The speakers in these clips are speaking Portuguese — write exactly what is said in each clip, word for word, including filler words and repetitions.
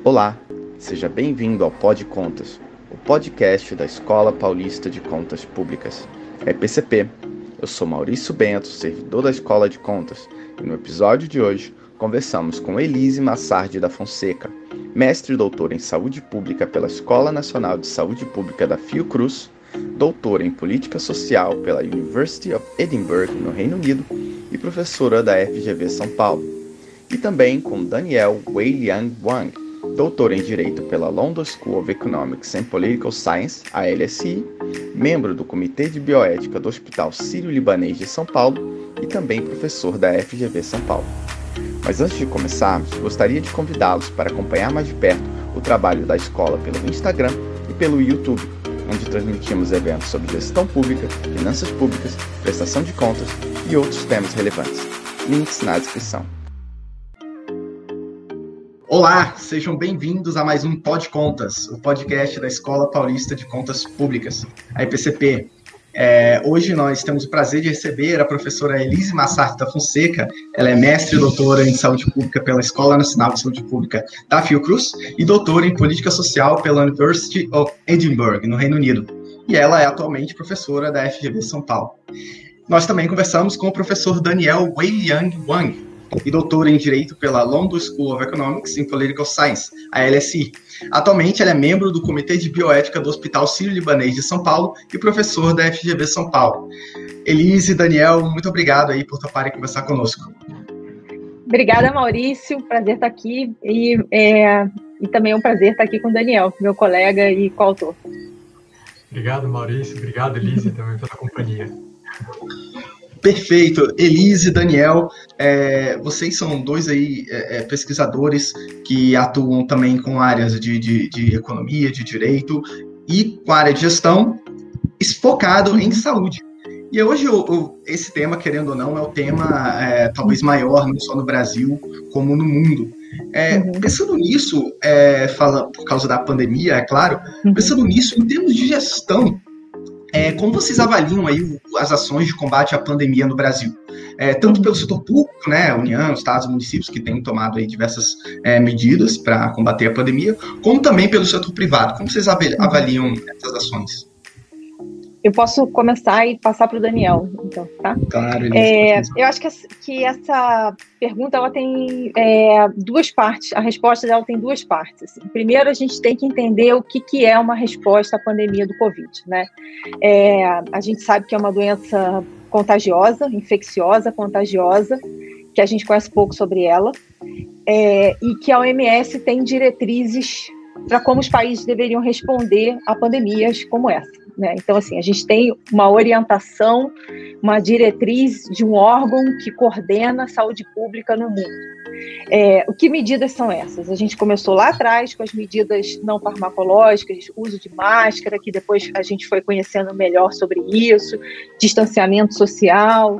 Olá, seja bem-vindo ao Pod Contas, o podcast da Escola Paulista de Contas Públicas, a E P C P. Eu sou Maurício Bento, servidor da Escola de Contas, e no episódio de hoje conversamos com Elise Massardi da Fonseca, mestre e doutora em Saúde Pública pela Escola Nacional de Saúde Pública da Fiocruz, doutora em Política Social pela University of Edinburgh, no Reino Unido, e professora da F G V São Paulo. E também com Daniel Weiliang Wang, doutor em Direito pela London School of Economics and Political Science, a L S I, membro do Comitê de Bioética do Hospital Sírio-Libanês de São Paulo e também professor da F G V São Paulo. Mas antes de começarmos, gostaria de convidá-los para acompanhar mais de perto o trabalho da escola pelo Instagram e pelo YouTube, onde transmitimos eventos sobre gestão pública, finanças públicas, prestação de contas e outros temas relevantes. Links na descrição. Olá, sejam bem-vindos a mais um Pod Contas, o podcast da Escola Paulista de Contas Públicas, a E P C P. É, hoje nós temos o prazer de receber a professora Elise Massardi da Fonseca. Ela é mestre e doutora em Saúde Pública pela Escola Nacional de Saúde Pública da Fiocruz e doutora em Política Social pela University of Edinburgh, no Reino Unido. E ela é atualmente professora da F G V São Paulo. Nós também conversamos com o professor Daniel Weiliang Wang, e doutora em Direito pela London School of Economics and Political Science, a L S I. Atualmente, ela é membro do Comitê de Bioética do Hospital Sírio-Libanês de São Paulo e professor da F G V São Paulo. Elise e Daniel, muito obrigado aí por toparem conversar conosco. Obrigada, Maurício. Prazer estar aqui. E, é, e também é um prazer estar aqui com o Daniel, meu colega e coautor. Obrigado, Maurício. Obrigado, Elise, também pela companhia. Perfeito. Elise e Daniel, é, vocês são dois aí, é, pesquisadores que atuam também com áreas de, de, de economia, de direito e com a área de gestão, focado em saúde. E hoje o, o, esse tema, querendo ou não, é o tema é, talvez maior, não só no Brasil, como no mundo. É, uhum. Pensando nisso, é, fala, por causa da pandemia, é claro, uhum. pensando nisso, em termos de gestão, É, como vocês avaliam aí as ações de combate à pandemia no Brasil? É, tanto pelo setor público, né, União, estados, municípios, que têm tomado aí diversas é, medidas para combater a pandemia, como também pelo setor privado. Como vocês avaliam essas ações? Eu posso começar e passar para o Daniel, então, tá? Claro, Elise, é, eu acho que, que essa pergunta ela tem é, duas partes, a resposta dela tem duas partes. Assim. Primeiro, a gente tem que entender o que, que é uma resposta à pandemia do Covid, né? É, a gente sabe que é uma doença contagiosa, infecciosa, contagiosa, que a gente conhece pouco sobre ela, é, e que a O M S tem diretrizes para como os países deveriam responder a pandemias como essa. Né? Então, assim, a gente tem uma orientação, uma diretriz de um órgão que coordena a saúde pública no mundo. É, o que medidas são essas? A gente começou lá atrás com as medidas não farmacológicas, uso de máscara, que depois a gente foi conhecendo melhor sobre isso, distanciamento social,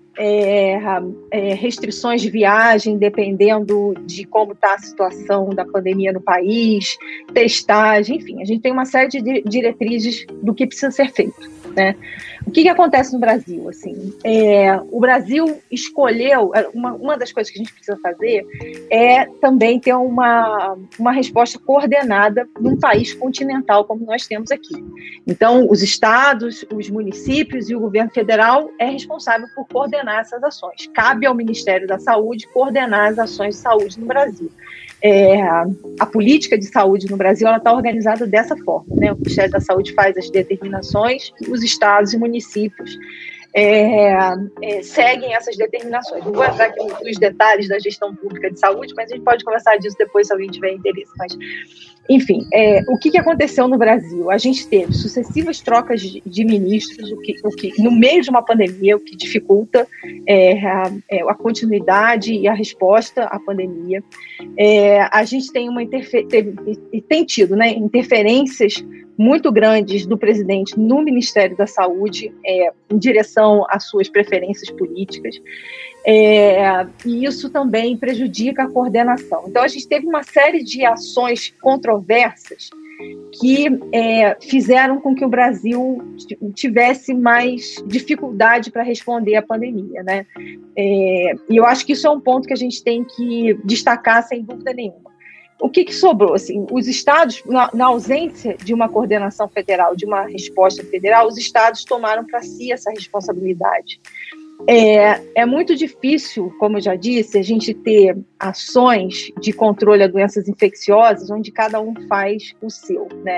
É, é, restrições de viagem, dependendo de como está a situação da pandemia no país, testagem, enfim, a gente tem uma série de diretrizes do que precisa ser feito, né? O que, que acontece no Brasil? Assim, é, o Brasil escolheu, uma, uma das coisas que a gente precisa fazer é também ter uma, uma resposta coordenada num país continental como nós temos aqui. Então, os estados, os municípios e o governo federal é responsável por coordenar essas ações. Cabe ao Ministério da Saúde coordenar as ações de saúde no Brasil. É, a política de saúde no Brasil está organizada dessa forma, né? O Ministério da Saúde faz as determinações e os estados e municípios é, é, seguem essas determinações. Não vou entrar aqui nos detalhes da gestão pública de saúde, mas a gente pode conversar disso depois se alguém tiver interesse. Mas, enfim, é, o que, que aconteceu no Brasil? A gente teve sucessivas trocas de, de ministros, o que, o que, no meio de uma pandemia, o que dificulta é, a, é, a continuidade e a resposta à pandemia. É, a gente tem, uma interfe- teve, tem tido né, interferências muito grandes do presidente no Ministério da Saúde, é, em direção às suas preferências políticas, é, e isso também prejudica a coordenação. Então, a gente teve uma série de ações controversas que é, fizeram com que o Brasil tivesse mais dificuldade para responder à pandemia, né? É, e eu acho que isso é um ponto que a gente tem que destacar sem dúvida nenhuma. o que, que sobrou? Assim, os estados, na, na ausência de uma coordenação federal, de uma resposta federal, os estados tomaram para si essa responsabilidade. É, é muito difícil, como eu já disse, a gente ter ações de controle a doenças infecciosas onde cada um faz o seu, né?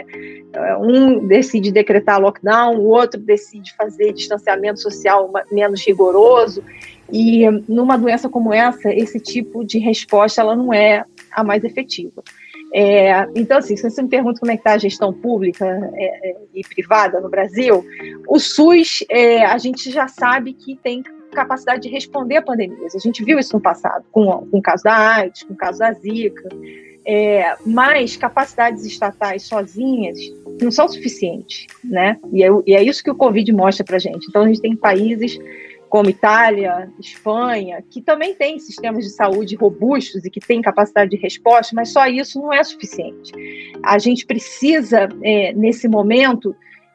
Um decide decretar lockdown, o outro decide fazer distanciamento social menos rigoroso, e numa doença como essa, esse tipo de resposta ela não é a mais efetiva. É, então, assim, se você me pergunta como é que está a gestão pública é, é, e privada no Brasil, o SUS, é, a gente já sabe que tem capacidade de responder a pandemias. A gente viu isso no passado, com, com o caso da AIDS, com o caso da Zika, é, mas capacidades estatais sozinhas não são suficientes, né? E é, e é isso que o Covid mostra para a gente. Então, a gente tem países como Itália, Espanha, que também têm sistemas de saúde robustos e que têm capacidade de resposta, mas só isso não é suficiente. A gente precisa, é, nesse momento,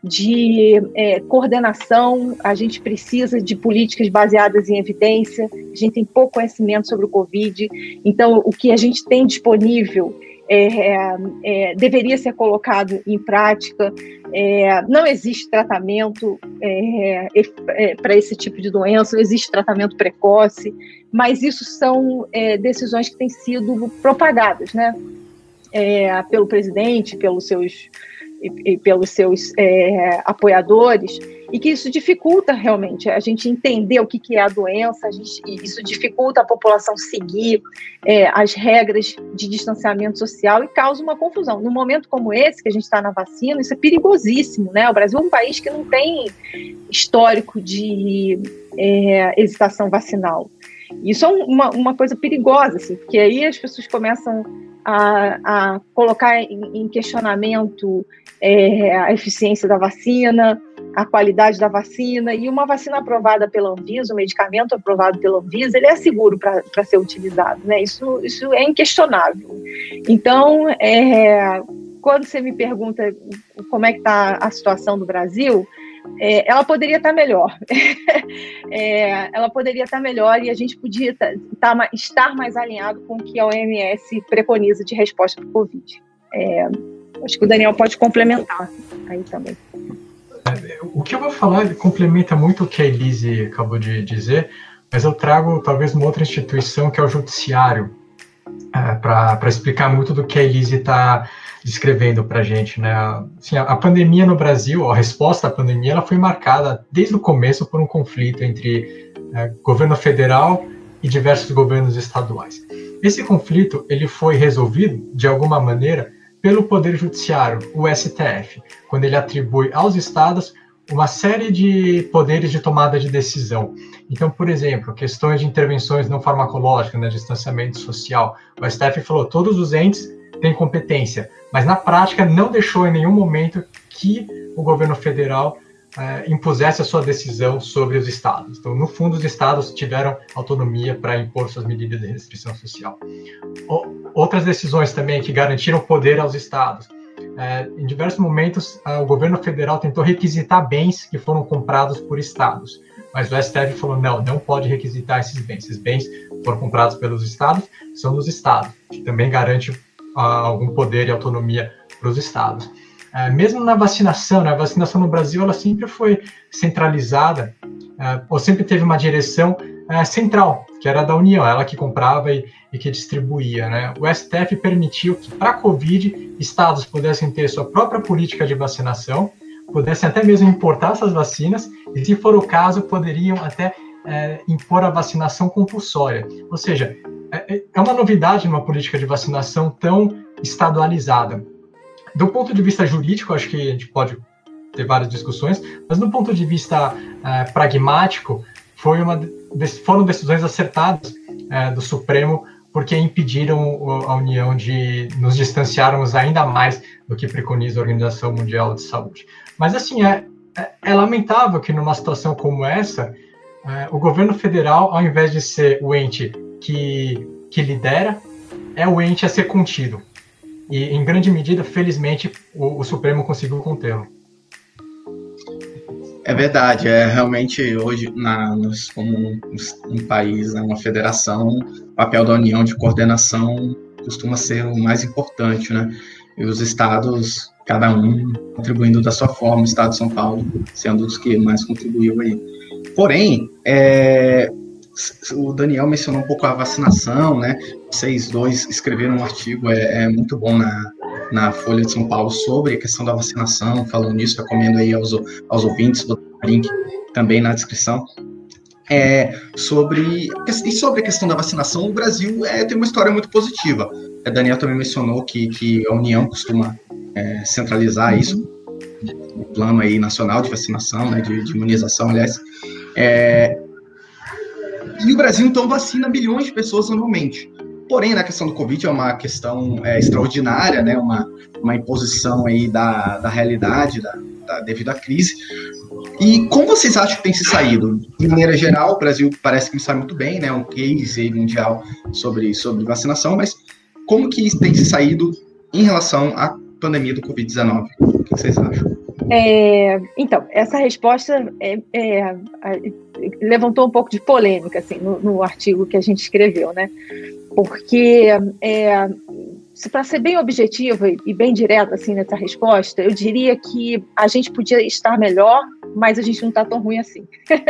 de é, coordenação, a gente precisa de políticas baseadas em evidência, a gente tem pouco conhecimento sobre o Covid, então o que a gente tem disponível É, é, deveria ser colocado em prática. É, não existe tratamento é, é, para esse tipo de doença, não existe tratamento precoce, mas isso são é, decisões que têm sido propagadas, né, é, pelo presidente, pelos seus, e, e pelos seus é, apoiadores, e que isso dificulta realmente a gente entender o que, que é a doença, a gente, isso dificulta a população seguir é, as regras de distanciamento social e causa uma confusão. Num momento como esse, que a gente está na vacina, isso é perigosíssimo, né? O Brasil é um país que não tem histórico de é, hesitação vacinal. Isso é uma, uma coisa perigosa, assim, porque aí as pessoas começam a, a colocar em, em questionamento é, a eficiência da vacina, a qualidade da vacina, e uma vacina aprovada pela Anvisa, um medicamento aprovado pela Anvisa, ele é seguro para ser utilizado, né? Isso, isso é inquestionável. Então, é, quando você me pergunta como é que está a situação do Brasil, é, ela poderia estar melhor. é, ela poderia estar melhor e a gente podia tá, tá, estar mais alinhado com o que a O M S preconiza de resposta para o Covid. É, acho que o Daniel pode complementar aí também. O que eu vou falar complementa muito o que a Elise acabou de dizer, mas eu trago talvez uma outra instituição que é o judiciário, é, para explicar muito do que a Elise está descrevendo para a gente, né? Assim, a, a pandemia no Brasil, a resposta à pandemia, ela foi marcada desde o começo por um conflito entre é, governo federal e diversos governos estaduais. Esse conflito ele foi resolvido, de alguma maneira, pelo Poder Judiciário, o S T F, quando ele atribui aos estados uma série de poderes de tomada de decisão. Então, por exemplo, questões de intervenções não farmacológicas, né, distanciamento social, o S T F falou que todos os entes têm competência, mas na prática não deixou em nenhum momento que o governo federal eh, impusesse a sua decisão sobre os estados. Então, no fundo, os estados tiveram autonomia para impor suas medidas de restrição social. O, outras decisões também que garantiram poder aos estados. É, em diversos momentos, o governo federal tentou requisitar bens que foram comprados por estados, mas o S T F falou, não, não pode requisitar esses bens. Esses bens foram comprados pelos estados, são dos estados, que também garante uh, algum poder e autonomia para os estados. É, mesmo na vacinação, né, a vacinação no Brasil ela sempre foi centralizada, uh, ou sempre teve uma direção uh, central, que era da União, ela que comprava e, e que distribuía, né? O S T F permitiu que, para a Covid, estados pudessem ter sua própria política de vacinação, pudessem até mesmo importar essas vacinas, e, se for o caso, poderiam até é, impor a vacinação compulsória. Ou seja, é, é uma novidade numa política de vacinação tão estadualizada. Do ponto de vista jurídico, acho que a gente pode ter várias discussões, mas do ponto de vista é, pragmático, foi uma, foram decisões acertadas é, do Supremo, porque impediram a União de nos distanciarmos ainda mais do que preconiza a Organização Mundial de Saúde. Mas, assim, é, é, é lamentável que numa situação como essa, é, o governo federal, ao invés de ser o ente que, que lidera, é o ente a ser contido. E, em grande medida, felizmente, o, o Supremo conseguiu contê-lo. É verdade, é realmente hoje, na, como um, um país, né, uma federação, o papel da União de coordenação costuma ser o mais importante, né? E os estados, cada um contribuindo da sua forma, o estado de São Paulo sendo os que mais contribuiu aí. Porém, é, o Daniel mencionou um pouco a vacinação, né? Vocês dois escreveram um artigo, é, é muito bom na, na Folha de São Paulo sobre a questão da vacinação, falando nisso, recomendo aí aos, aos ouvintes, vou dar o link também na descrição. É, sobre, e sobre a questão da vacinação, o Brasil é, tem uma história muito positiva. A Daniel também mencionou que, que a União costuma é, centralizar isso, o plano aí nacional de vacinação, né, de, de imunização, aliás. É, e o Brasil, então, vacina milhões de pessoas anualmente. Porém, na questão do Covid é uma questão é, extraordinária, né, uma, uma imposição aí da, da realidade da, da, devido à crise. E como vocês acham que tem se saído? De maneira geral, o Brasil parece que sai muito bem, né? Um case mundial sobre, sobre vacinação, mas como que tem se saído em relação à pandemia do covid dezenove? O que vocês acham? É, então, essa resposta é, é, é, levantou um pouco de polêmica assim, no, no artigo que a gente escreveu, né? Porque, é, para ser bem objetiva e bem direta assim, nessa resposta, eu diria que a gente podia estar melhor, mas a gente não está tão ruim assim,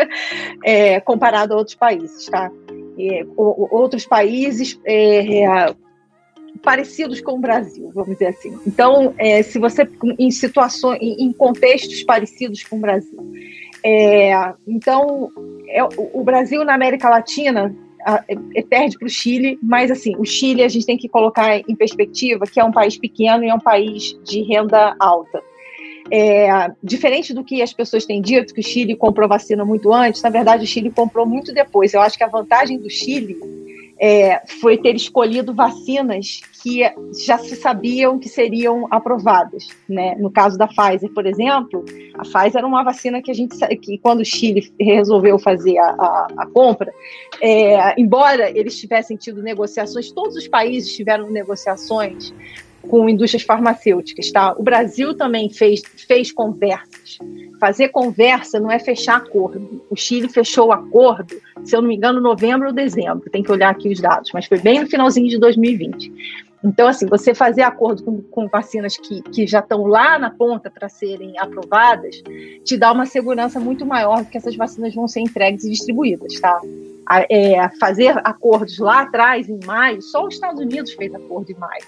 é, comparado a outros países, tá? É, o, outros países é, é, parecidos com o Brasil, vamos dizer assim. Então, é, se você, em situações, em contextos parecidos com o Brasil, é, então, é, o Brasil na América Latina é, perde para o Chile, mas assim, o Chile a gente tem que colocar em perspectiva que é um país pequeno e é um país de renda alta. É, diferente do que as pessoas têm dito, que o Chile comprou vacina muito antes, na verdade o Chile comprou muito depois. Eu acho que a vantagem do Chile é, foi ter escolhido vacinas que já se sabiam que seriam aprovadas, né? No caso da Pfizer, por exemplo, a Pfizer era uma vacina que a gente que quando o Chile resolveu fazer a, a, a compra, é, embora eles tivessem tido negociações, todos os países tiveram negociações com indústrias farmacêuticas, tá? O Brasil também fez, fez conversas. Fazer conversa não é fechar acordo. O Chile fechou o acordo, se eu não me engano, novembro ou dezembro, tem que olhar aqui os dados, mas foi bem no finalzinho de dois mil e vinte. Então, assim, você fazer acordo com, com vacinas que, que já estão lá na ponta para serem aprovadas, te dá uma segurança muito maior de que essas vacinas vão ser entregues e distribuídas, tá? É, fazer acordos lá atrás, em maio, só os Estados Unidos fez acordo em maio.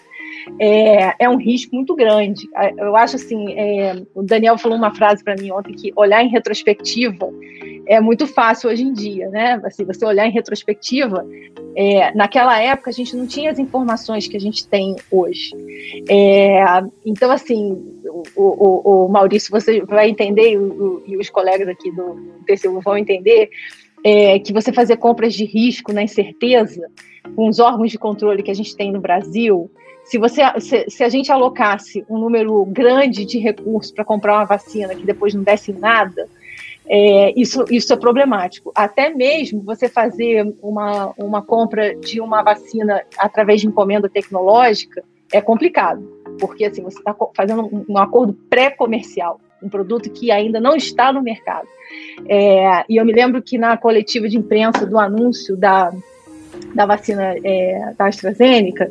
É, é um risco muito grande. Eu acho assim, é, o Daniel falou uma frase para mim ontem que olhar em retrospectiva é muito fácil hoje em dia, né? Assim, você olhar em retrospectiva, é, naquela época a gente não tinha as informações que a gente tem hoje. É, então, assim, o, o, o Maurício, você vai entender, e, o, e os colegas aqui do T C U vão entender, é, que você fazer compras de risco na incerteza, com os órgãos de controle que a gente tem no Brasil, se, você, se, se a gente alocasse um número grande de recursos para comprar uma vacina que depois não desse em nada, é, isso, isso é problemático. Até mesmo você fazer uma, uma compra de uma vacina através de encomenda tecnológica é complicado, porque assim, você está fazendo um, um acordo pré-comercial, um produto que ainda não está no mercado. É, e eu me lembro que na coletiva de imprensa do anúncio da, da vacina é, da AstraZeneca,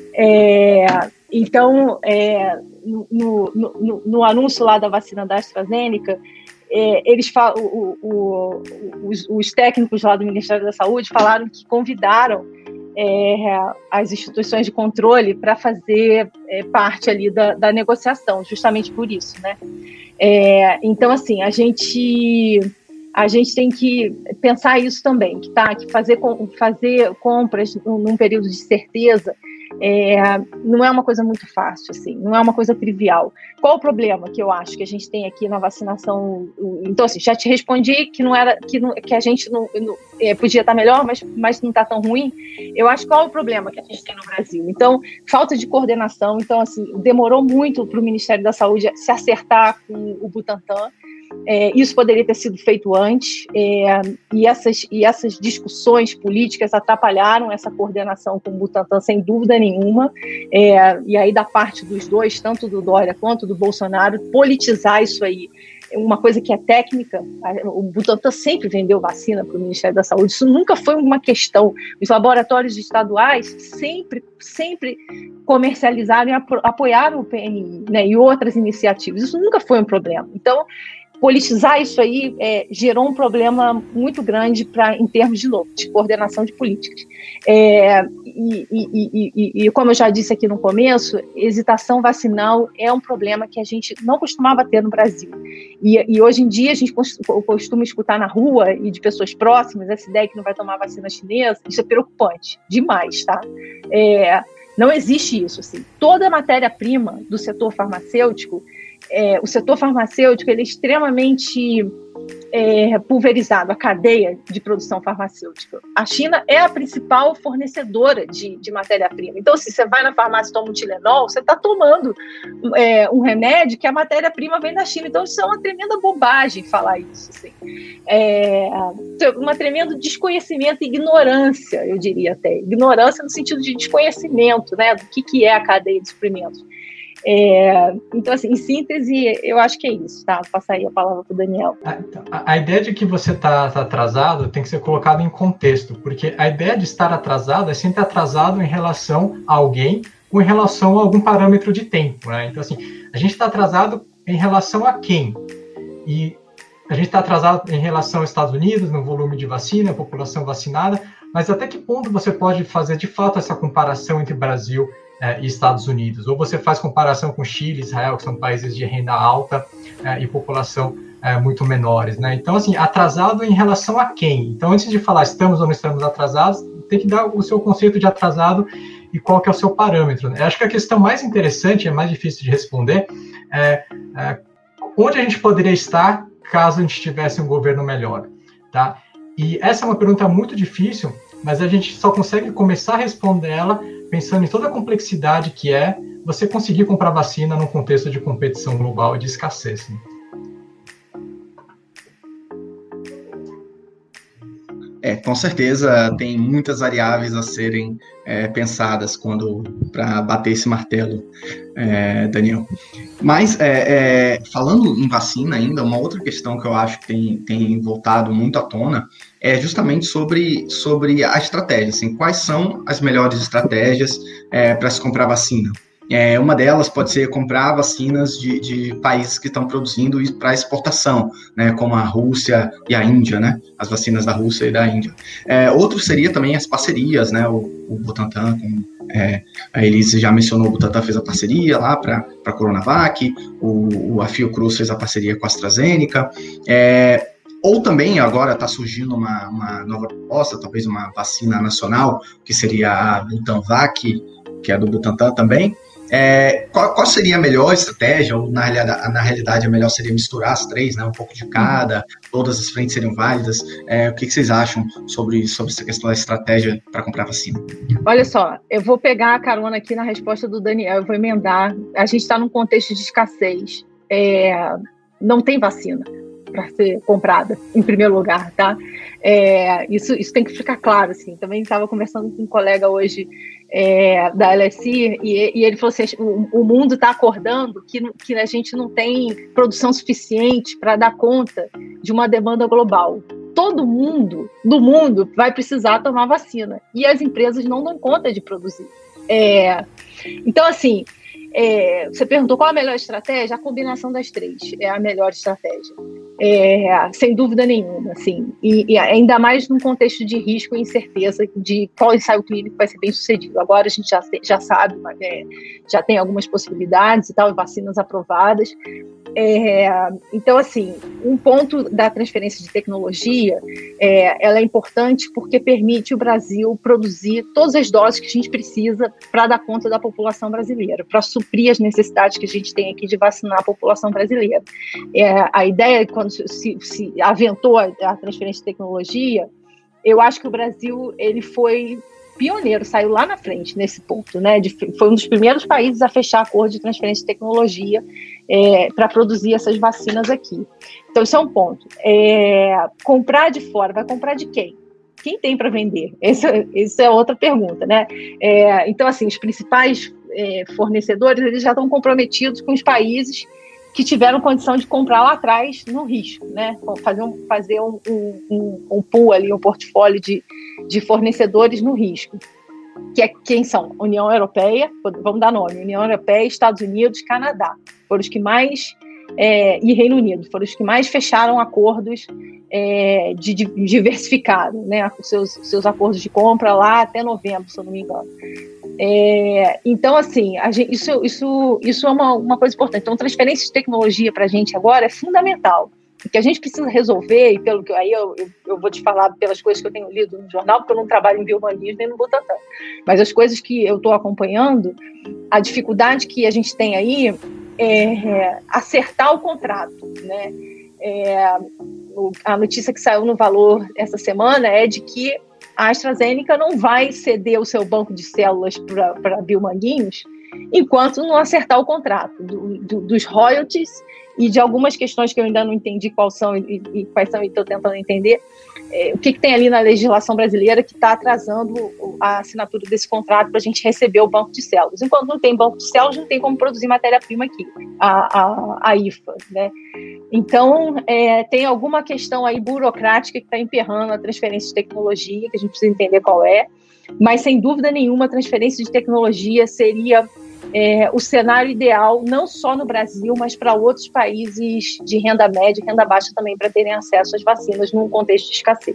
é, então, é, no, no, no, no anúncio lá da vacina da AstraZeneca, é, eles falam, o, o, os, os técnicos lá do Ministério da Saúde falaram que convidaram é, as instituições de controle para fazer é, parte ali da, da negociação, justamente por isso, né? É, então, assim, a gente, a gente tem que pensar isso também, que, tá, que fazer, fazer compras num período de certeza é, não é uma coisa muito fácil, assim, não é uma coisa trivial. Qual o problema que eu acho que a gente tem aqui na vacinação? Então, assim, já te respondi que, não era, que, não, que a gente não, não é, podia estar melhor, mas, mas não está tão ruim. Eu acho qual é o problema que a gente tem no Brasil. Então, falta de coordenação. Então, assim, demorou muito para o Ministério da Saúde se acertar com o Butantan. É, isso poderia ter sido feito antes, é, e, essas, e essas discussões políticas atrapalharam essa coordenação com o Butantan, sem dúvida nenhuma, é, e aí da parte dos dois, tanto do Dória quanto do Bolsonaro, politizar isso aí, uma coisa que é técnica. O Butantan sempre vendeu vacina para o Ministério da Saúde, isso nunca foi uma questão. Os laboratórios estaduais sempre, sempre comercializaram e apoiaram o P N I, né, e outras iniciativas, isso nunca foi um problema. Então, politizar isso aí é, gerou um problema muito grande pra, em termos de, novo, de coordenação de políticas. É, e, e, e, e, como eu já disse aqui no começo, hesitação vacinal é um problema que a gente não costumava ter no Brasil. E, e hoje em dia a gente costuma escutar na rua e de pessoas próximas essa ideia que não vai tomar vacina chinesa. Isso é preocupante, demais, tá? É, não existe isso, assim. Toda a matéria-prima do setor farmacêutico, É, o setor farmacêutico ele é extremamente é, pulverizado, a cadeia de produção farmacêutica. A China é a principal fornecedora de, de matéria-prima. Então, se você vai na farmácia e toma um Tilenol, você está tomando é, um remédio que a matéria-prima vem da China. Então, isso é uma tremenda bobagem falar isso. Assim. É, uma tremendo desconhecimento e ignorância, eu diria até. Ignorância no sentido de desconhecimento, né, do que, que é a cadeia de suprimentos. É, então, assim, em síntese, eu acho que é isso, tá? Vou passar aí a palavra para o Daniel. A, a ideia de que você está tá atrasado tem que ser colocada em contexto, porque a ideia de estar atrasado é sempre atrasado em relação a alguém ou em relação a algum parâmetro de tempo, né? Então, assim, a gente está atrasado em relação a quem? E a gente está atrasado em relação aos Estados Unidos, no volume de vacina, população vacinada, mas até que ponto você pode fazer, de fato, essa comparação entre Brasil e Estados Unidos, ou você faz comparação com Chile, Israel, que são países de renda alta eh, e população eh, muito menores, né? Então, assim, atrasado em relação a quem? Então, antes de falar estamos ou não estamos atrasados, tem que dar o seu conceito de atrasado e qual que é o seu parâmetro, né? Eu acho que a questão mais interessante, é mais difícil de responder, é, é onde a gente poderia estar caso a gente tivesse um governo melhor, tá? E essa é uma pergunta muito difícil, mas a gente só consegue começar a responder ela pensando em toda a complexidade que é você conseguir comprar vacina num contexto de competição global e de escassez. Né? É, com certeza tem muitas variáveis a serem é, pensadas quando para bater esse martelo, é, Daniel. Mas, é, é, falando em vacina ainda, uma outra questão que eu acho que tem, tem voltado muito à tona é justamente sobre, sobre a estratégia, assim, quais são as melhores estratégias é, para se comprar vacina. É, uma delas pode ser comprar vacinas de, de países que estão produzindo para exportação, né, como a Rússia e a Índia, né, as vacinas da Rússia e da Índia. É, outro seria também as parcerias, né, o, o Butantan, como é, a Elise já mencionou, o Butantan fez a parceria lá para a Coronavac, o, o a Fiocruz fez a parceria com a AstraZeneca, é, ou também agora está surgindo uma, uma nova proposta, talvez uma vacina nacional, que seria a Butanvac, que é do Butantan também. É, qual, qual seria a melhor estratégia, ou na realidade, na realidade a melhor seria misturar as três, né, um pouco de cada, todas as frentes seriam válidas. É, o que, que vocês acham sobre, sobre essa questão da estratégia para comprar vacina? Olha só, eu vou pegar a carona aqui na resposta do Daniel, eu vou emendar. A gente está num contexto de escassez, é, não tem vacina para ser comprada, em primeiro lugar, tá? É, isso, isso tem que ficar claro, assim. Também estava conversando com um colega hoje é, da L S I e, e ele falou assim, o, o mundo está acordando que, que a gente não tem produção suficiente para dar conta de uma demanda global. Todo mundo do mundo vai precisar tomar vacina e as empresas não dão conta de produzir. É, então, assim, É, você perguntou qual a melhor estratégia? A combinação das três é a melhor estratégia, é, sem dúvida nenhuma, assim, e, e ainda mais num contexto de risco e incerteza de qual ensaio clínico vai ser bem sucedido. Agora a gente já, já sabe, é, já tem algumas possibilidades e tal, vacinas aprovadas. É, então, assim, um ponto da transferência de tecnologia, é, ela é importante porque permite o Brasil produzir todas as doses que a gente precisa para dar conta da população brasileira, para suprir as necessidades que a gente tem aqui de vacinar a população brasileira. É, a ideia, quando se, se aventou a, a transferência de tecnologia, eu acho que o Brasil ele foi pioneiro, saiu lá na frente nesse ponto, né? De, foi um dos primeiros países a fechar acordo de transferência de tecnologia é, para produzir essas vacinas aqui. Então, isso é um ponto. É, comprar de fora, vai comprar de quem? Quem tem para vender? Essa, essa é outra pergunta, né? É, então, assim, os principais é, fornecedores, eles já estão comprometidos com os países que tiveram condição de comprar lá atrás no risco, né? Fazer um, fazer um, um, um pool ali, um portfólio de, de fornecedores no risco. Que é, quem são? União Europeia, vamos dar nome, União Europeia, Estados Unidos, Canadá. Foram os que mais, é, e Reino Unido, foram os que mais fecharam acordos é, de, de diversificaram, né? Os seus, seus acordos de compra lá até novembro, se eu não me engano. É, então, assim, a gente, isso, isso, isso é uma, uma coisa importante. Então, transferência de tecnologia para a gente agora é fundamental. O que a gente precisa resolver, e pelo que aí eu, eu, eu vou te falar pelas coisas que eu tenho lido no jornal, porque eu não trabalho em biomanismo nem no Butantan, mas as coisas que eu estou acompanhando, a dificuldade que a gente tem aí é, é acertar o contrato, né? É, o, a notícia que saiu no Valor essa semana é de que a AstraZeneca não vai ceder o seu banco de células para Biomanguinhos enquanto não acertar o contrato do, do, dos royalties e de algumas questões que eu ainda não entendi quais são e, e quais são e estou tentando entender, é, o que, que tem ali na legislação brasileira que está atrasando a assinatura desse contrato para a gente receber o banco de células. Enquanto não tem banco de células, não tem como produzir matéria-prima aqui, a, a, a I F A, né? Então, é, tem alguma questão aí burocrática que está emperrando a transferência de tecnologia, que a gente precisa entender qual é, mas, sem dúvida nenhuma, a transferência de tecnologia seria é, o cenário ideal, não só no Brasil, mas para outros países de renda média e renda baixa também, para terem acesso às vacinas num contexto de escassez.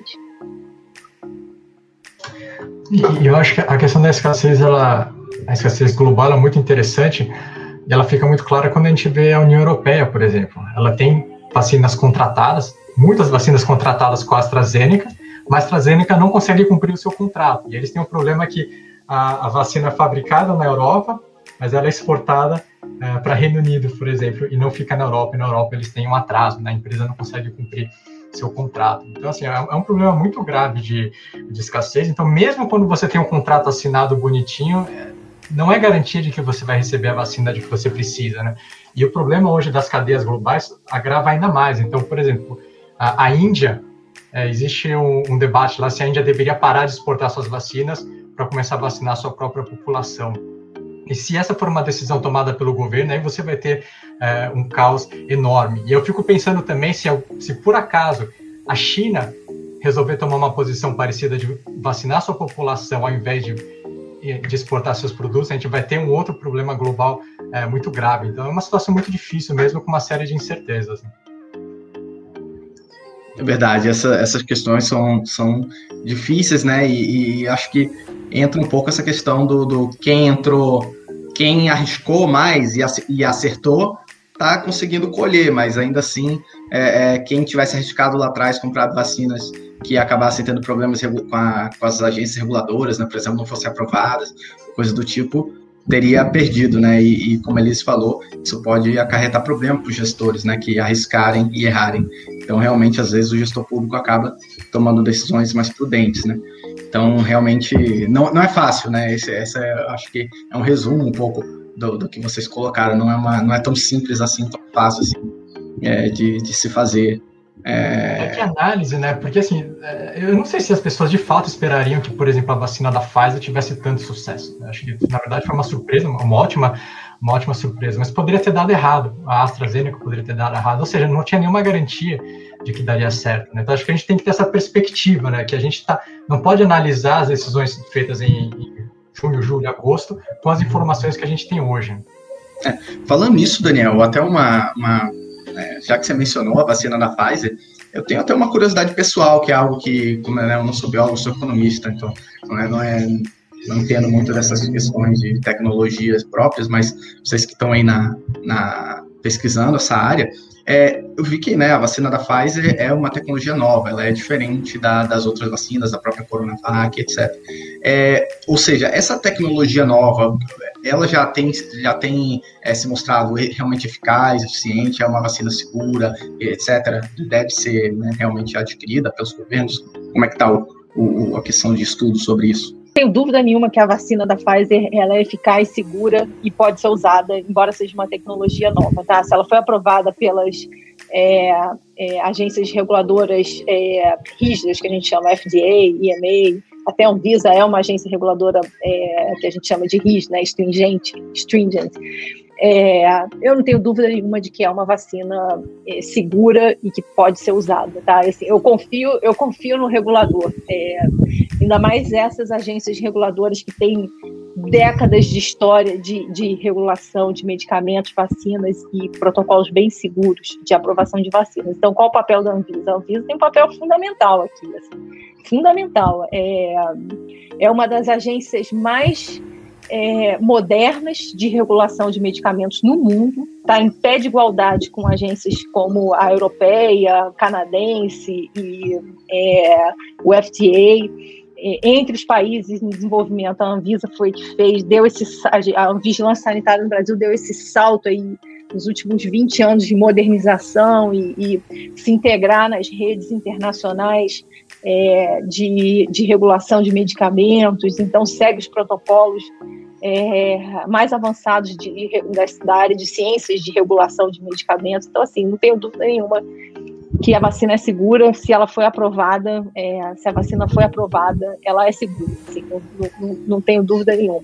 E eu acho que a questão da escassez, ela, a escassez global é muito interessante, e ela fica muito clara quando a gente vê a União Europeia, por exemplo. Ela tem vacinas contratadas, muitas vacinas contratadas com a AstraZeneca, mas a AstraZeneca não consegue cumprir o seu contrato. E eles têm o problema que a, a vacina é fabricada na Europa, mas ela é exportada é, para Reino Unido, por exemplo, e não fica na Europa. E na Europa eles têm um atraso, né? A empresa não consegue cumprir seu contrato. Então, assim, é, é um problema muito grave de, de escassez. Então, mesmo quando você tem um contrato assinado bonitinho, é, não é garantia de que você vai receber a vacina de que você precisa, né? E o problema hoje das cadeias globais agrava ainda mais. Então, por exemplo, a, a Índia, é, existe um, um debate lá se a Índia deveria parar de exportar suas vacinas para começar a vacinar a sua própria população. E se essa for uma decisão tomada pelo governo, aí você vai ter é, um caos enorme. E eu fico pensando também se, se por acaso a China resolver tomar uma posição parecida de vacinar a sua população ao invés de de exportar seus produtos, a gente vai ter um outro problema global é, muito grave. Então, é uma situação muito difícil mesmo, com uma série de incertezas. É verdade, essa, essas questões são, são difíceis, né, e, e acho que entra um pouco essa questão do, do quem entrou, quem arriscou mais e acertou, está conseguindo colher, mas ainda assim, é, é, quem tivesse arriscado lá atrás, comprado vacinas que acabassem tendo problemas com, a, com as agências reguladoras, né, por exemplo, não fossem aprovadas, coisa do tipo, teria perdido, né, e, e como a Elise falou, isso pode acarretar problema para os gestores, né, que arriscarem e errarem. Então, realmente, às vezes, o gestor público acaba tomando decisões mais prudentes, né. Então, realmente, não, não é fácil, né, esse, essa é, acho que é um resumo um pouco do, do que vocês colocaram, não é, uma, não é tão simples assim, tão fácil assim, é, de, de se fazer. É... é que análise, né? Porque assim, eu não sei se as pessoas de fato esperariam que, por exemplo, a vacina da Pfizer tivesse tanto sucesso. Eu acho que, na verdade, foi uma surpresa, uma ótima, uma ótima surpresa, mas poderia ter dado errado. A AstraZeneca poderia ter dado errado, ou seja, não tinha nenhuma garantia de que daria certo, né? Então, acho que a gente tem que ter essa perspectiva, né? Que a gente tá, não pode analisar as decisões feitas em, em junho, julho, agosto com as informações que a gente tem hoje. É, falando nisso, Daniel, até uma... uma... É, já que você mencionou a vacina da Pfizer, eu tenho até uma curiosidade pessoal, que é algo que, como eu não sou biólogo, eu sou economista, então não, é, não, é, não entendo muito dessas questões de tecnologias próprias, mas vocês que estão aí na, na, pesquisando essa área, é, eu vi que, né, a vacina da Pfizer é uma tecnologia nova, ela é diferente da, das outras vacinas, da própria Coronavac, etcétera. É, ou seja, essa tecnologia nova, ela já tem, já tem é, se mostrado realmente eficaz, eficiente, é uma vacina segura, etcétera. Deve ser, né, realmente adquirida pelos governos. Como é que está a questão de estudo sobre isso? tenho dúvida nenhuma que a vacina da Pfizer ela é eficaz, segura e pode ser usada, embora seja uma tecnologia nova, tá? Se ela foi aprovada pelas é, é, agências reguladoras é, rígidas, que a gente chama F D A, E M A, até a Anvisa é uma agência reguladora é, que a gente chama de rígida, né, stringente, stringent. É, eu não tenho dúvida nenhuma de que é uma vacina é, segura e que pode ser usada, tá? Assim, eu confio, eu confio no regulador, é, ainda mais essas agências reguladoras que têm décadas de história de, de regulação de medicamentos, vacinas e protocolos bem seguros de aprovação de vacinas. Então, qual o papel da Anvisa? A Anvisa tem um papel fundamental aqui, assim, fundamental. É, é uma das agências mais É, modernas de regulação de medicamentos no mundo, está em pé de igualdade com agências como a europeia, canadense e é, o F D A. É, entre os países em desenvolvimento, a Anvisa foi que fez, deu esse, a vigilância sanitária no Brasil deu esse salto aí nos últimos vinte anos de modernização e, e se integrar nas redes internacionais É, de, de regulação de medicamentos, então segue os protocolos é, mais avançados de, da, da área de ciências de regulação de medicamentos. Então, assim, não tenho dúvida nenhuma que a vacina é segura. Se ela foi aprovada, é, se a vacina foi aprovada, ela é segura, assim, não, não, não tenho dúvida nenhuma.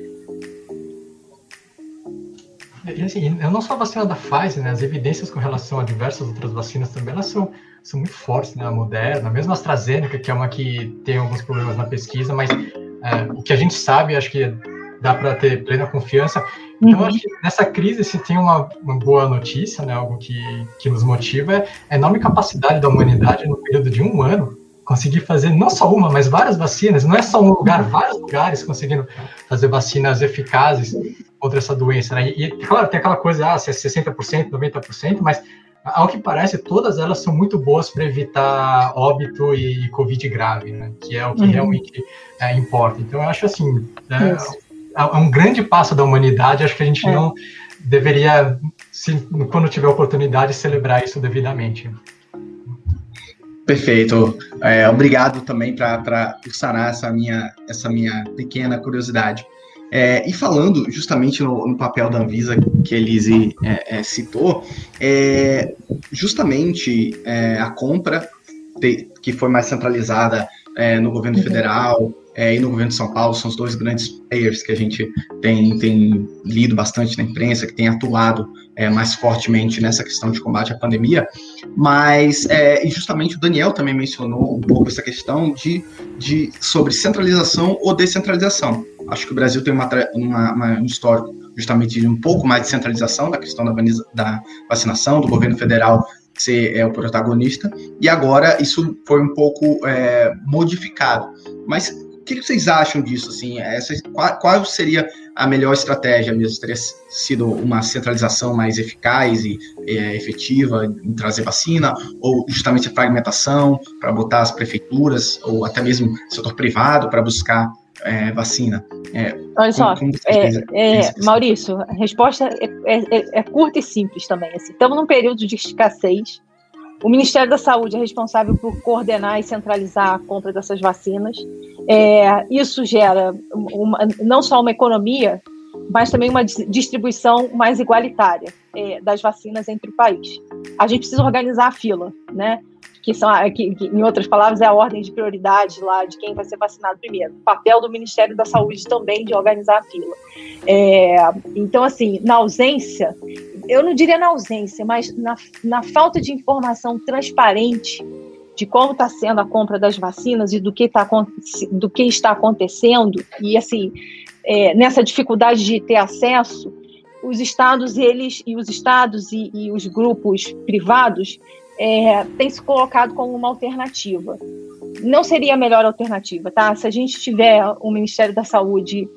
E assim, não só a vacina da Pfizer, né, as evidências com relação a diversas outras vacinas também, elas são, são muito fortes, né, a Moderna, mesmo a AstraZeneca, que é uma que tem alguns problemas na pesquisa, mas é, o que a gente sabe, acho que dá para ter plena confiança. Então, uhum. acho que nessa crise, se tem uma, uma boa notícia, né, algo que, que nos motiva, é a enorme capacidade da humanidade, no período de um ano, conseguir fazer não só uma, mas várias vacinas. Não é só um lugar, vários lugares conseguindo fazer vacinas eficazes contra essa doença, né? E, claro, tem aquela coisa, ah, se é sessenta por cento, noventa por cento, mas, ao que parece, todas elas são muito boas para evitar óbito e Covid grave, né? Que é o que uhum. realmente é, importa. Então, eu acho assim, é, é um grande passo da humanidade, acho que a gente é. não deveria, se, quando tiver oportunidade, celebrar isso devidamente. Perfeito. É, obrigado também para sanar essa minha, essa minha pequena curiosidade. É, e falando justamente no, no papel da Anvisa que a Elise é, é, citou, é, justamente é, a compra de, que foi mais centralizada é, no governo federal é, e no governo de São Paulo, são os dois grandes players que a gente tem, tem lido bastante na imprensa, que tem atuado é, mais fortemente nessa questão de combate à pandemia, mas é, e justamente o Daniel também mencionou um pouco essa questão de, de, sobre centralização ou descentralização. Acho que o Brasil tem uma, uma, uma, um histórico justamente de um pouco mais de centralização da questão da, da vacinação, do governo federal ser é, o protagonista, e agora isso foi um pouco é, modificado. Mas o que vocês acham disso? Assim, essa, qual, qual seria a melhor estratégia mesmo? Teria sido uma centralização mais eficaz e é, efetiva em trazer vacina, ou justamente a fragmentação para botar as prefeituras, ou até mesmo o setor privado para buscar É, vacina? É, Olha só, como, como é, é, Maurício, a resposta é, é, é curta e simples também. Assim. Estamos num período de escassez. O Ministério da Saúde é responsável por coordenar e centralizar a compra dessas vacinas. É, isso gera uma, não só uma economia, mas também uma distribuição mais igualitária é, das vacinas entre o país. A gente precisa organizar a fila, né? Que são, que, que, em outras palavras, é a ordem de prioridade lá de quem vai ser vacinado primeiro. O papel do Ministério da Saúde também de organizar a fila. É, então, assim, na ausência, eu não diria na ausência, mas na, na falta de informação transparente de como está sendo a compra das vacinas e do que, tá, do que está acontecendo, e assim, é, nessa dificuldade de ter acesso, os estados, eles, e os estados e, e os grupos privados É, tem se colocado como uma alternativa. Não seria a melhor alternativa, tá? Se a gente tiver o Ministério da Saúde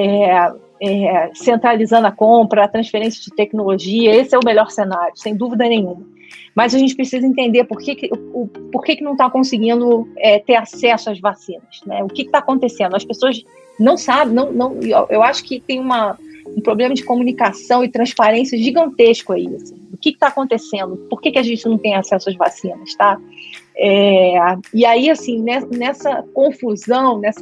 é, é, centralizando a compra, a transferência de tecnologia, esse é o melhor cenário, sem dúvida nenhuma. Mas a gente precisa entender por que, que, o, por que, que não está conseguindo é, ter acesso às vacinas, né? O que está acontecendo? As pessoas não sabem, não, não, eu acho que tem uma, um problema de comunicação e transparência gigantesco aí, assim. O que está acontecendo? Por que, que a gente não tem acesso às vacinas, tá? É, e aí, assim, nessa, nessa confusão, nessa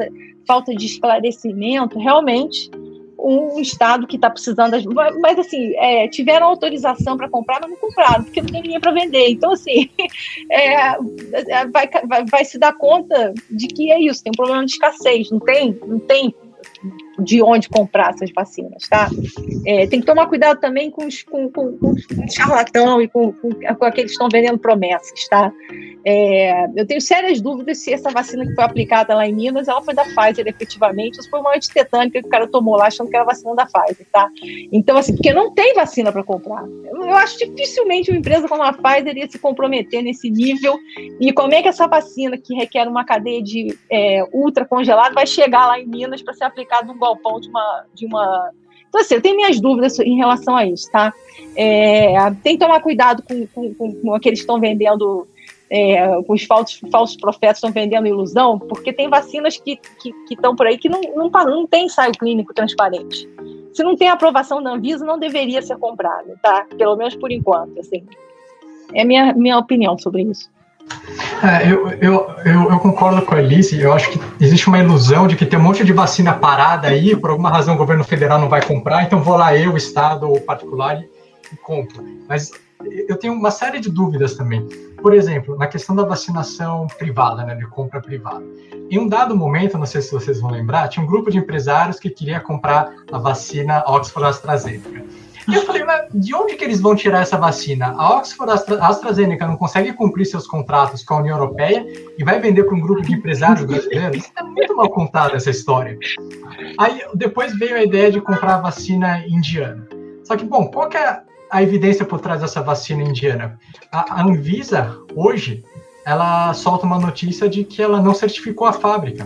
falta de esclarecimento, realmente, um Estado que está precisando, das, mas assim, é, tiveram autorização para comprar, mas não compraram, porque não tem ninguém para vender. Então, assim, é, vai, vai, vai se dar conta de que é isso, tem um problema de escassez, não tem, não tem de onde comprar essas vacinas, tá? É, tem que tomar cuidado também com os com, com, com, com charlatão e com, com, com aqueles que estão vendendo promessas, tá? É, eu tenho sérias dúvidas se essa vacina que foi aplicada lá em Minas, ela foi da Pfizer efetivamente, ou se foi uma antitetânica que o cara tomou lá achando que era vacina da Pfizer, tá? Então, assim, porque não tem vacina para comprar. Eu, eu acho dificilmente uma empresa como a Pfizer ia se comprometer nesse nível. E como é que essa vacina, que requer uma cadeia de é, ultra congelado, vai chegar lá em Minas para ser aplicada num galpão de uma, de uma... Então, assim, eu tenho minhas dúvidas em relação a isso, tá? É, tem que tomar cuidado com, com, com aqueles que estão vendendo... É, com os falsos, falsos profetas estão vendendo ilusão, porque tem vacinas que estão por aí que não, não, não tem ensaio clínico transparente. Se não tem aprovação da Anvisa, não deveria ser comprado, tá? Pelo menos por enquanto, assim. É minha minha opinião sobre isso. É, eu, eu, eu, eu concordo com a Elise. Eu acho que existe uma ilusão de que tem um monte de vacina parada aí, por alguma razão o governo federal não vai comprar, então vou lá eu, Estado ou particular, e, e compro. Mas eu tenho uma série de dúvidas também. Por exemplo, na questão da vacinação privada, né, de compra privada. Em um dado momento, não sei se vocês vão lembrar, tinha um grupo de empresários que queria comprar a vacina Oxford AstraZeneca. E eu falei, mas de onde que eles vão tirar essa vacina? A Oxford Astra, AstraZeneca não consegue cumprir seus contratos com a União Europeia e vai vender para um grupo de empresários brasileiros? Isso é muito mal contado, essa história. Aí, depois veio a ideia de comprar a vacina indiana. Só que, bom, qual que é a evidência por trás dessa vacina indiana? A Anvisa, hoje, ela solta uma notícia de que ela não certificou a fábrica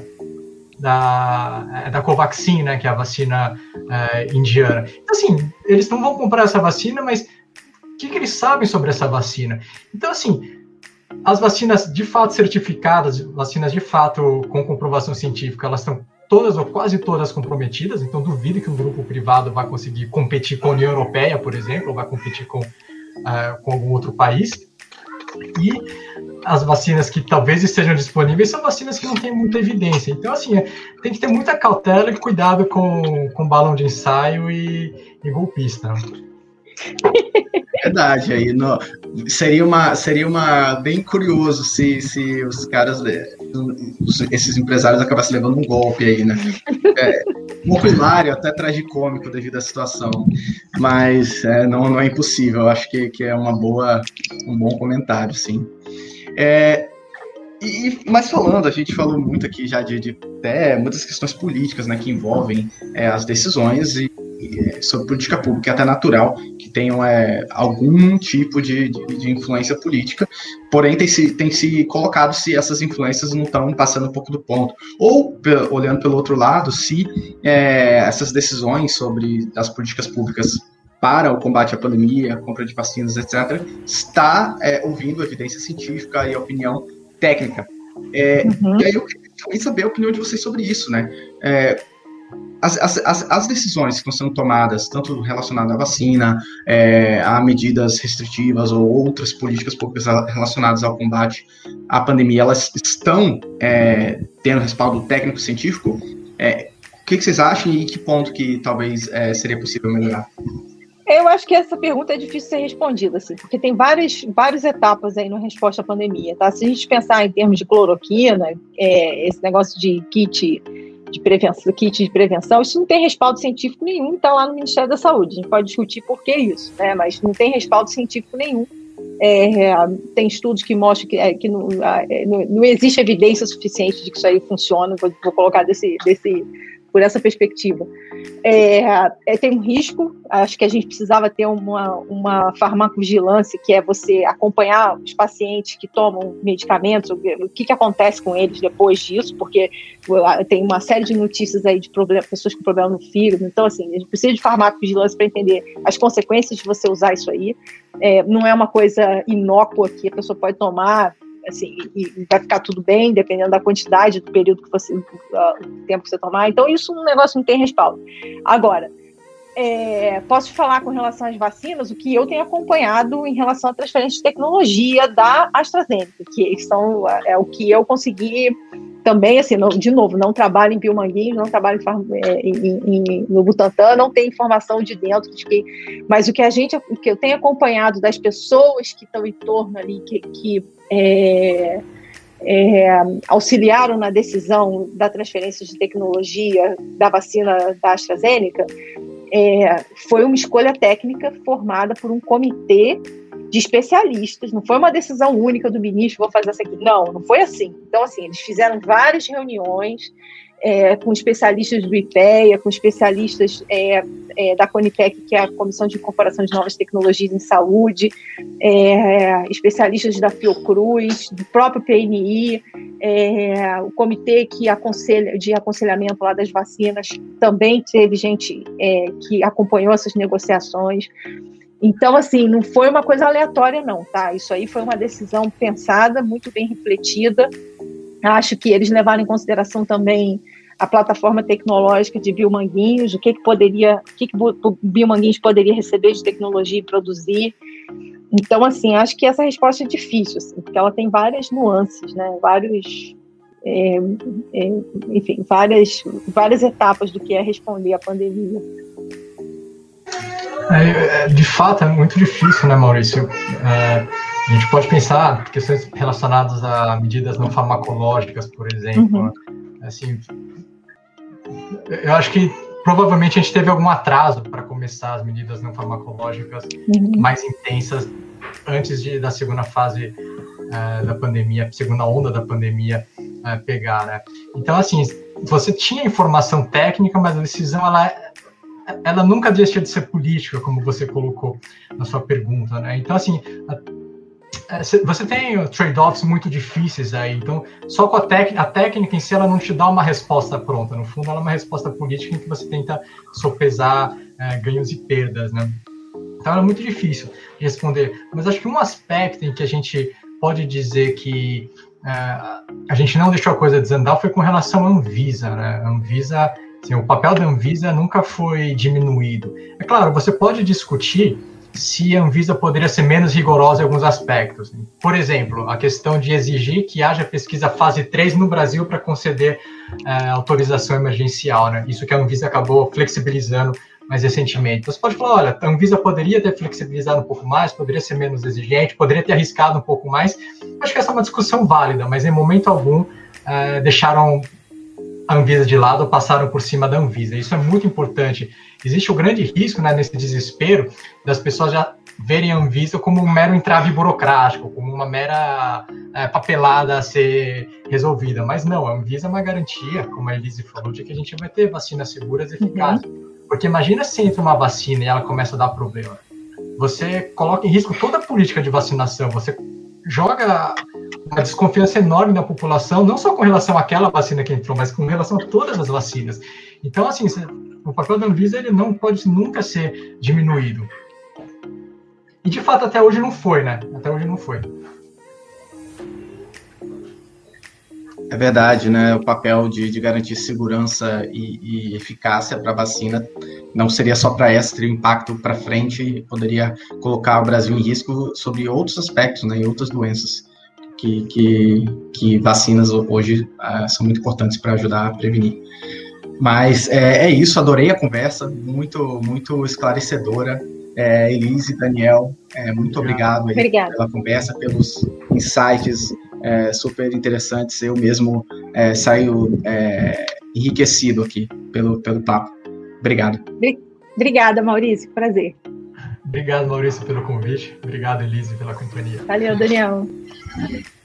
da, da Covaxin, né, que é a vacina uh, indiana. Então, assim, eles não vão comprar essa vacina, mas o que, que eles sabem sobre essa vacina? Então, assim, as vacinas de fato certificadas, vacinas de fato com comprovação científica, elas estão todas ou quase todas comprometidas, então duvido que um grupo privado vai conseguir competir com a União Europeia, por exemplo, ou vai competir com, uh, com algum outro país. E as vacinas que talvez estejam disponíveis são vacinas que não têm muita evidência. Então, assim, tem que ter muita cautela e cuidado com, com balão de ensaio e, e golpista. Verdade, aí no, seria uma seria uma bem curioso se, se os caras, esses empresários acabassem levando um golpe aí, né? É, um pouco hilário, até tragicômico devido à situação, mas é, não, não é impossível. Eu acho que, que é uma boa, um bom comentário, sim. É, e, mas falando, a gente falou muito aqui já de, de até muitas questões políticas, né, que envolvem é, as decisões e sobre política pública, é até natural que tenham é, algum tipo de, de, de influência política, porém tem se, tem se colocado se essas influências não estão passando um pouco do ponto, ou olhando pelo outro lado, se é, essas decisões sobre as políticas públicas para o combate à pandemia, a compra de vacinas, etcétera, está é, ouvindo evidência científica e opinião técnica. É, uhum. E aí eu queria também saber a opinião de vocês sobre isso, né? É, As, as, as decisões que estão sendo tomadas, tanto relacionadas à vacina, é, a medidas restritivas ou outras políticas públicas relacionadas ao combate à pandemia, elas estão é, tendo respaldo técnico-científico? É, o que, que vocês acham e que ponto que talvez é, seria possível melhorar? Eu acho que essa pergunta é difícil de ser respondida, assim, porque tem várias, várias etapas aí na resposta à pandemia, tá? Se a gente pensar em termos de cloroquina, é, esse negócio de kit de prevenção, kit de prevenção, isso não tem respaldo científico nenhum, está lá no Ministério da Saúde. A gente pode discutir por que isso, né? Mas não tem respaldo científico nenhum. É, tem estudos que mostram que, é, que não, não, não existe evidência suficiente de que isso aí funciona, vou, vou colocar desse, desse, por essa perspectiva. É, é, tem um risco, acho que a gente precisava ter uma, uma farmacovigilância, que é você acompanhar os pacientes que tomam medicamentos, o que, que acontece com eles depois disso, porque tem uma série de notícias aí de problema, pessoas com problema no fígado, então assim, a gente precisa de farmacovigilância para entender as consequências de você usar isso aí. É, não é uma coisa inócua que a pessoa pode tomar, assim, e, e vai ficar tudo bem, dependendo da quantidade do período que você, uh, do tempo que você tomar. Então, isso um negócio não tem respaldo. Agora, é, posso falar com relação às vacinas, o que eu tenho acompanhado em relação à transferência de tecnologia da AstraZeneca, que são, é o que eu consegui também, assim, não, de novo, não trabalho em Biomanguinhos, não trabalho em, em, em, no Butantan, não tem informação de dentro de que, mas o que a gente, o que eu tenho acompanhado das pessoas que estão em torno ali, que, que é, é, auxiliaram na decisão da transferência de tecnologia da vacina da AstraZeneca, é, foi uma escolha técnica formada por um comitê de especialistas, não foi uma decisão única do ministro, vou fazer essa aqui, não, não foi assim. Então, assim, eles fizeram várias reuniões é, com especialistas do IPEA, com especialistas é, é, da CONIPEC, que é a Comissão de Incorporação de Novas Tecnologias em Saúde, é, especialistas da Fiocruz, do próprio P N I, é, o comitê que aconselha, de aconselhamento lá das vacinas, também teve gente é, que acompanhou essas negociações. Então, assim, não foi uma coisa aleatória, não, tá? Isso aí foi uma decisão pensada, muito bem refletida. Acho que eles levaram em consideração também a plataforma tecnológica de Biomanguinhos, o que que poderia, o que que Biomanguinhos poderia receber de tecnologia e produzir. Então, assim, acho que essa resposta é difícil, assim, porque ela tem várias nuances, né? Vários, é, é, enfim, várias, várias etapas do que é responder à pandemia. É, de fato, é muito difícil, né, Maurício? É, a gente pode pensar questões relacionadas a medidas não farmacológicas, por exemplo. Uhum. Assim, eu acho que provavelmente a gente teve algum atraso para começar as medidas não farmacológicas uhum. mais intensas antes de, da segunda fase é, da pandemia, segunda onda da pandemia é, pegar, né? Então, assim, você tinha informação técnica, mas a decisão, ela ela nunca deixa de ser política, como você colocou na sua pergunta, né? Então, assim, você tem trade-offs muito difíceis aí, então, só com a, tec- a técnica em si, ela não te dá uma resposta pronta, no fundo, ela é uma resposta política em que você tenta sopesar é, ganhos e perdas, né? Então, ela é muito difícil de responder, mas acho que um aspecto em que a gente pode dizer que é, a gente não deixou a coisa desandar foi com relação à Anvisa, né? A Anvisa... Assim, o papel da Anvisa nunca foi diminuído. É claro, você pode discutir se a Anvisa poderia ser menos rigorosa em alguns aspectos. Por exemplo, a questão de exigir que haja pesquisa fase três no Brasil para conceder é, autorização emergencial, né? Isso que a Anvisa acabou flexibilizando mais recentemente. Você pode falar, olha, a Anvisa poderia ter flexibilizado um pouco mais, poderia ser menos exigente, poderia ter arriscado um pouco mais. Acho que essa é uma discussão válida, mas em momento algum é, deixaram a Anvisa de lado ou passaram por cima da Anvisa. Isso é muito importante. Existe o grande risco, né, nesse desespero, das pessoas já verem a Anvisa como um mero entrave burocrático, como uma mera é, papelada a ser resolvida. Mas não, a Anvisa é uma garantia, como a Elise falou, de que a gente vai ter vacinas seguras e eficazes. Uhum. Porque imagina se entra uma vacina e ela começa a dar problema. Você coloca em risco toda a política de vacinação, você joga uma desconfiança enorme na população, não só com relação àquela vacina que entrou, mas com relação a todas as vacinas. Então, assim, o papel da Anvisa ele não pode nunca ser diminuído. E, de fato, até hoje não foi, né? Até hoje não foi. É verdade, né? O papel de, de garantir segurança e, e eficácia para a vacina não seria só para essa, teria impacto para frente, poderia colocar o Brasil em risco sobre outros aspectos, né? E outras doenças que, que, que vacinas hoje uh, são muito importantes para ajudar a prevenir. Mas é, é isso, adorei a conversa, muito, muito esclarecedora. É, Elise, Daniel, é, muito obrigado aí pela conversa, pelos insights é, super interessantes. Eu mesmo é, saio é, enriquecido aqui pelo, pelo papo. Obrigado. Obrigada, Maurício, prazer. Obrigado, Maurício, pelo convite. Obrigado, Elise, pela companhia. Valeu, Daniel.